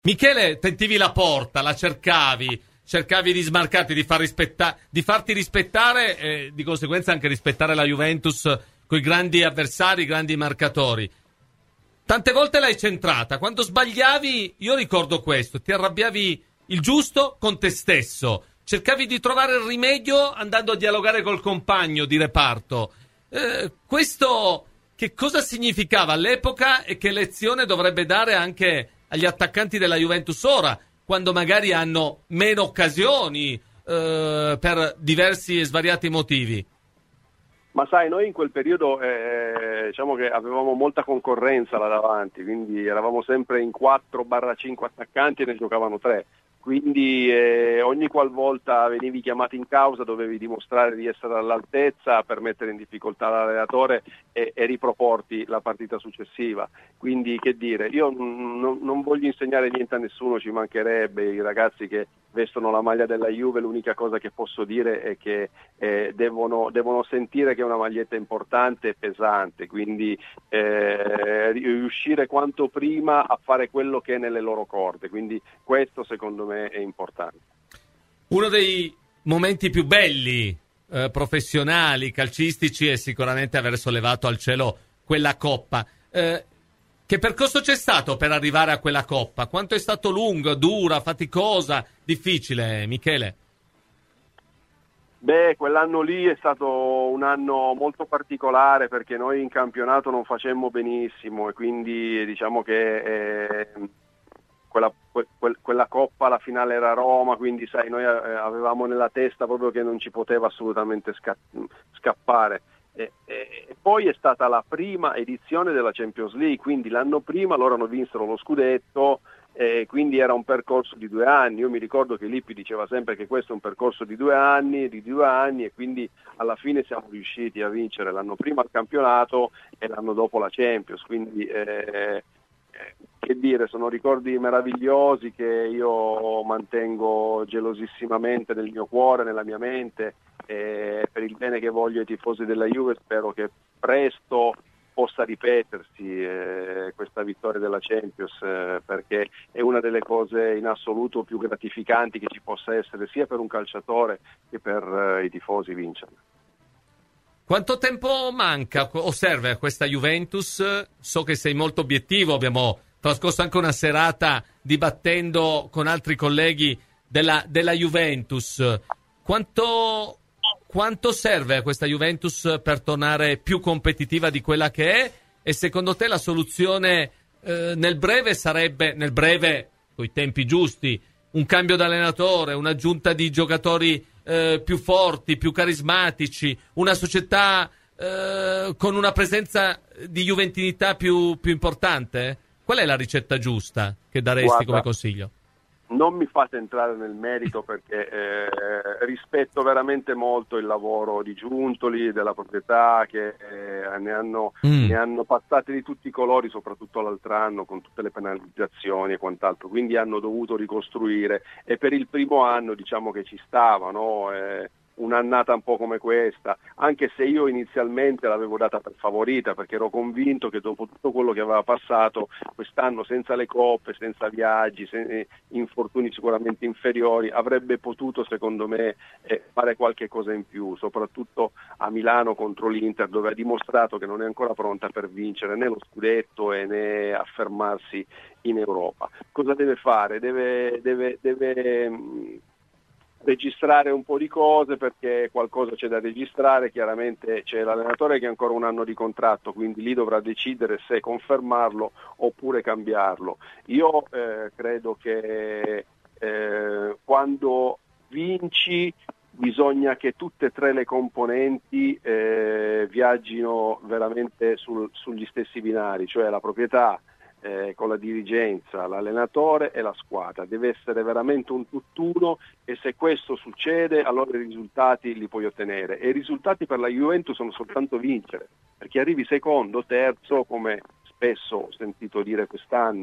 Michele, tentivi la porta, la cercavi di smarcarti, di farti rispettare e di conseguenza anche rispettare la Juventus con i grandi avversari, i grandi marcatori. Tante volte l'hai centrata, quando sbagliavi, io ricordo questo, ti arrabbiavi il giusto con te stesso, cercavi di trovare il rimedio andando a dialogare col compagno di reparto. Questo che cosa significava all'epoca e che lezione dovrebbe dare anche agli attaccanti della Juventus ora, quando magari hanno meno occasioni per diversi e svariati motivi? Ma sai, noi in quel periodo diciamo che avevamo molta concorrenza là davanti, quindi eravamo sempre in 4-5 attaccanti e ne giocavano 3. Quindi ogni qualvolta venivi chiamato in causa dovevi dimostrare di essere all'altezza per mettere in difficoltà l'allenatore e riproporti la partita successiva. Quindi che dire, io non voglio insegnare niente a nessuno, ci mancherebbe, i ragazzi che vestono la maglia della Juve, l'unica cosa che posso dire è che devono sentire che è una maglietta importante e pesante, quindi riuscire quanto prima a fare quello che è nelle loro corde, quindi questo secondo me è importante. Uno dei momenti più belli professionali, calcistici, è sicuramente aver sollevato al cielo quella coppa. Che percorso c'è stato per arrivare a quella coppa? Quanto è stato lungo, dura, faticosa, difficile, Michele? Beh, quell'anno lì è stato un anno molto particolare perché noi in campionato non facemmo benissimo e quindi diciamo che quella coppa alla finale era a Roma, quindi sai, noi avevamo nella testa proprio che non ci poteva assolutamente scappare. E poi è stata la prima edizione della Champions League, quindi l'anno prima loro hanno vinsero lo scudetto, quindi era un percorso di 2 anni. Io mi ricordo che Lippi diceva sempre che questo è un percorso di 2 anni e quindi alla fine siamo riusciti a vincere l'anno prima il campionato e l'anno dopo la Champions, quindi che dire, sono ricordi meravigliosi che io mantengo gelosissimamente nel mio cuore, nella mia mente, e per il bene che voglio ai tifosi della Juve spero che presto possa ripetersi questa vittoria della Champions, perché è una delle cose in assoluto più gratificanti che ci possa essere sia per un calciatore che per i tifosi vincere. Quanto tempo manca o serve a questa Juventus? So che sei molto obiettivo, abbiamo trascorso anche una serata dibattendo con altri colleghi della Juventus. Quanto serve a questa Juventus per tornare più competitiva di quella che è? E secondo te la soluzione nel breve sarebbe, con i tempi giusti, un cambio d'allenatore, un'aggiunta di giocatori più forti, più carismatici, una società con una presenza di juventinità più importante? Qual è la ricetta giusta che daresti come consiglio? Non mi fate entrare nel merito perché rispetto veramente molto il lavoro di Giuntoli, della proprietà, che ne hanno passate di tutti i colori, soprattutto l'altro anno con tutte le penalizzazioni e quant'altro, quindi hanno dovuto ricostruire e per il primo anno diciamo che ci stava, no? Un'annata un po' come questa, anche se io inizialmente l'avevo data per favorita perché ero convinto che dopo tutto quello che aveva passato quest'anno, senza le coppe, senza viaggi, infortuni sicuramente inferiori, avrebbe potuto secondo me fare qualche cosa in più, soprattutto a Milano contro l'Inter, dove ha dimostrato che non è ancora pronta per vincere né lo scudetto e né affermarsi in Europa. Cosa deve fare? Deve registrare un po' di cose perché qualcosa c'è da registrare, chiaramente c'è l'allenatore che ha ancora un anno di contratto, quindi lì dovrà decidere se confermarlo oppure cambiarlo. Io credo che quando vinci bisogna che tutte e 3 le componenti viaggino veramente sugli stessi binari, cioè la proprietà con la dirigenza, l'allenatore e la squadra. Deve essere veramente un tutt'uno e se questo succede allora i risultati li puoi ottenere e i risultati per la Juventus sono soltanto vincere, perché arrivi secondo, terzo, come spesso ho sentito dire quest'anno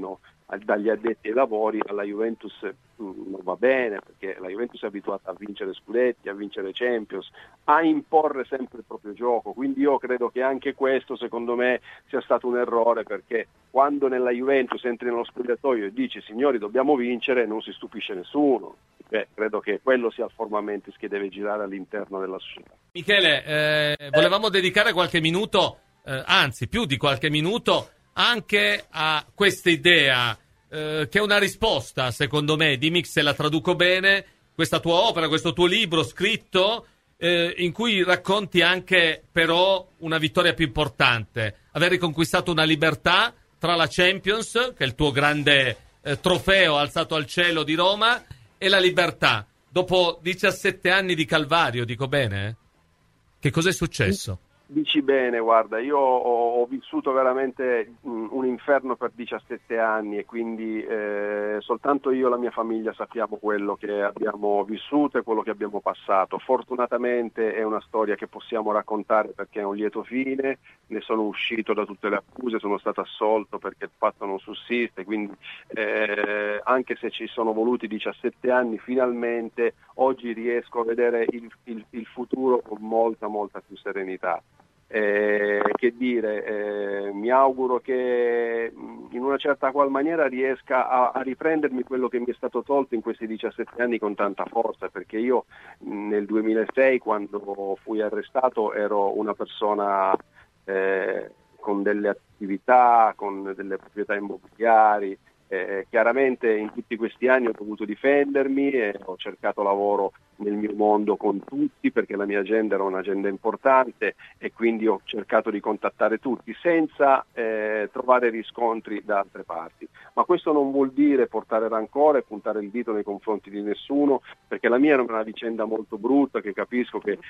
dagli addetti ai lavori alla Juventus non va bene, perché la Juventus è abituata a vincere scudetti, a vincere Champions, a imporre sempre il proprio gioco, quindi io credo che anche questo secondo me sia stato un errore, perché quando nella Juventus entri nello spogliatoio e dici signori dobbiamo vincere, non si stupisce nessuno. Credo che quello sia il formamentis che deve girare all'interno della società. Michele, volevamo dedicare qualche minuto, anzi più di qualche minuto, anche a questa idea, che è una risposta, secondo me, di Mix, se la traduco bene, questa tua opera, questo tuo libro scritto, in cui racconti anche però una vittoria più importante, aver riconquistato una libertà tra la Champions, che è il tuo grande trofeo alzato al cielo di Roma, e la libertà. Dopo 17 anni di calvario, dico bene? Che cos'è successo? Dici bene, guarda, io ho vissuto veramente un inferno per 17 anni e quindi soltanto io e la mia famiglia sappiamo quello che abbiamo vissuto e quello che abbiamo passato. Fortunatamente è una storia che possiamo raccontare perché è un lieto fine, ne sono uscito da tutte le accuse, sono stato assolto perché il fatto non sussiste, quindi anche se ci sono voluti 17 anni, finalmente oggi riesco a vedere il futuro con molta più serenità. Che dire, mi auguro che in una certa qual maniera riesca a riprendermi quello che mi è stato tolto in questi 17 anni con tanta forza, perché io nel 2006 quando fui arrestato ero una persona con delle attività, con delle proprietà immobiliari. Chiaramente in tutti questi anni ho dovuto difendermi e ho cercato lavoro nel mio mondo con tutti, perché la mia agenda era un'agenda importante e quindi ho cercato di contattare tutti senza trovare riscontri da altre parti. Ma questo non vuol dire portare rancore e puntare il dito nei confronti di nessuno, perché la mia era una vicenda molto brutta, che capisco che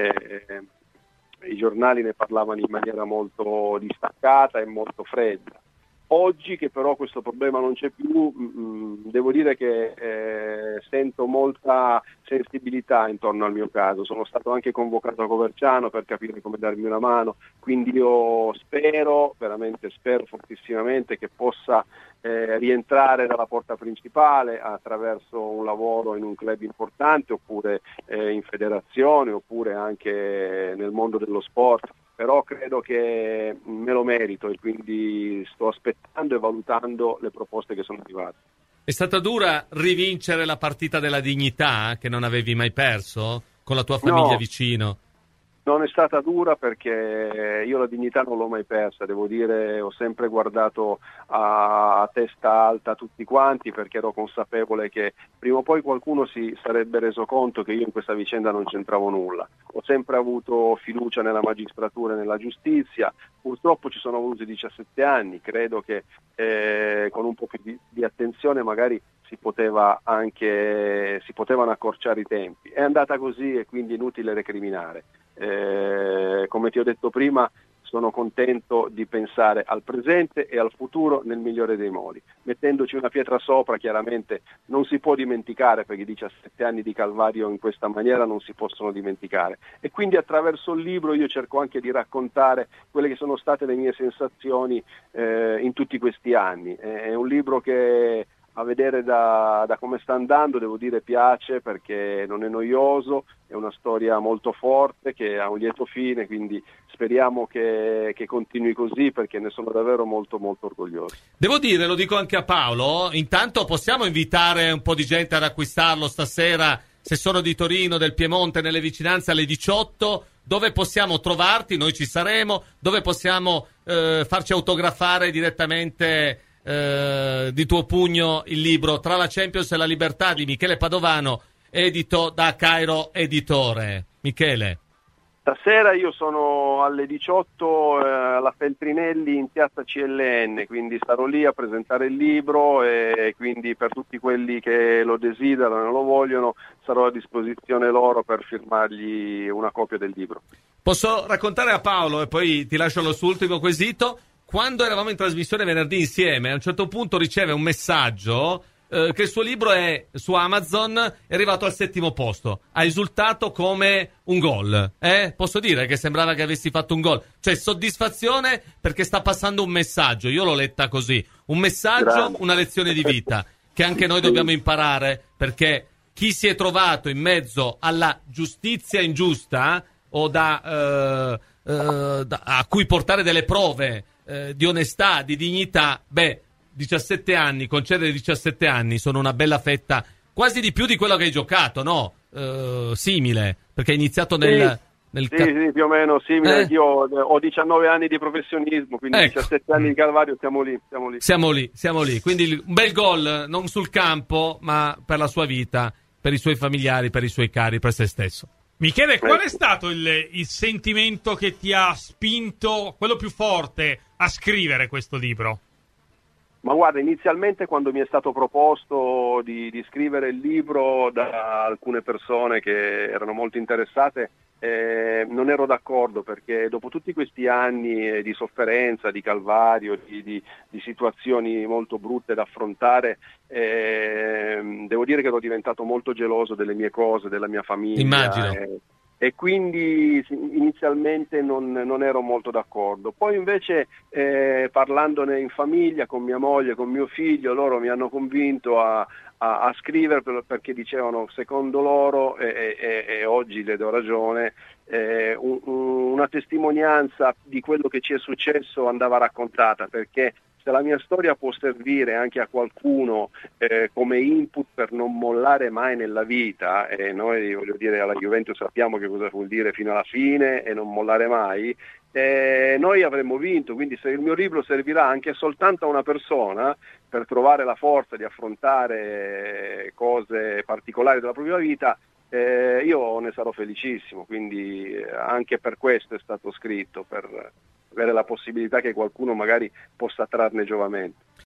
i giornali ne parlavano in maniera molto distaccata e molto fredda. Oggi che però questo problema non c'è più, devo dire che sento molta sensibilità intorno al mio caso. Sono stato anche convocato a Coverciano per capire come darmi una mano, quindi io veramente spero fortissimamente che possa rientrare dalla porta principale attraverso un lavoro in un club importante, oppure in federazione, oppure anche nel mondo dello sport. Però credo che me lo merito e quindi sto aspettando e valutando le proposte che sono arrivate. È stata dura rivincere la partita della dignità che non avevi mai perso con la tua famiglia vicino? Non è stata dura perché io la dignità non l'ho mai persa, devo dire, ho sempre guardato a testa alta tutti quanti, perché ero consapevole che prima o poi qualcuno si sarebbe reso conto che io in questa vicenda non c'entravo nulla. Ho sempre avuto fiducia nella magistratura e nella giustizia, purtroppo ci sono voluti 17 anni, credo che con un po' più di attenzione magari si potevano accorciare i tempi. È andata così e quindi è inutile recriminare. Come ti ho detto prima, sono contento di pensare al presente e al futuro nel migliore dei modi, mettendoci una pietra sopra. Chiaramente non si può dimenticare, perché 17 anni di calvario in questa maniera non si possono dimenticare, e quindi attraverso il libro io cerco anche di raccontare quelle che sono state le mie sensazioni in tutti questi anni. È un libro che a vedere da come sta andando, devo dire, piace, perché non è noioso, è una storia molto forte che ha un lieto fine, quindi speriamo che continui così, perché ne sono davvero molto orgoglioso. Devo dire, lo dico anche a Paolo, intanto possiamo invitare un po' di gente ad acquistarlo stasera, se sono di Torino, del Piemonte, nelle vicinanze, alle 18, dove possiamo trovarti, noi ci saremo, dove possiamo farci autografare direttamente di tuo pugno il libro Tra la Champions e la Libertà di Michele Padovano, edito da Cairo Editore. Michele. Stasera io sono alle 18 alla Feltrinelli in piazza CLN, quindi starò lì a presentare il libro e quindi per tutti quelli che lo desiderano e lo vogliono sarò a disposizione loro per firmargli una copia del libro. Posso raccontare a Paolo, e poi ti lascio lo suo ultimo quesito, quando eravamo in trasmissione venerdì insieme, a un certo punto riceve un messaggio che il suo libro è su Amazon, è arrivato al 7° posto, ha esultato come un gol, posso dire che sembrava che avessi fatto un gol, cioè soddisfazione perché sta passando un messaggio, io l'ho letta così, un messaggio, Grande. una lezione di vita che anche noi dobbiamo imparare, perché chi si è trovato in mezzo alla giustizia ingiusta o a cui portare delle prove di onestà, di dignità, 17 anni, concedere 17 anni sono una bella fetta, quasi di più di quello che hai giocato, no? Simile, perché hai iniziato Sì, più o meno simile. Io ho 19 anni di professionismo, quindi Ecco. 17 anni di Calvario, siamo lì. Siamo lì. Quindi un bel gol, non sul campo, ma per la sua vita, per i suoi familiari, per i suoi cari, per se stesso. Michele, qual è stato il sentimento che ti ha spinto, quello più forte, a scrivere questo libro? Ma guarda, inizialmente quando mi è stato proposto di scrivere il libro da alcune persone che erano molto interessate, non ero d'accordo, perché dopo tutti questi anni di sofferenza, di calvario, di situazioni molto brutte da affrontare, devo dire che ero diventato molto geloso delle mie cose, della mia famiglia. Immagino. E quindi inizialmente non ero molto d'accordo. Poi invece parlandone in famiglia con mia moglie, con mio figlio, loro mi hanno convinto a scrivere, perché dicevano, secondo loro, e oggi le do ragione, una testimonianza di quello che ci è successo andava raccontata, perché se la mia storia può servire anche a qualcuno come input per non mollare mai nella vita, e noi, voglio dire, alla Juventus sappiamo che cosa vuol dire fino alla fine e non mollare mai, noi avremmo vinto. Quindi se il mio libro servirà anche soltanto a una persona per trovare la forza di affrontare cose particolari della propria vita, io ne sarò felicissimo. Quindi anche per questo è stato scritto, per avere la possibilità che qualcuno magari possa trarne giovamento.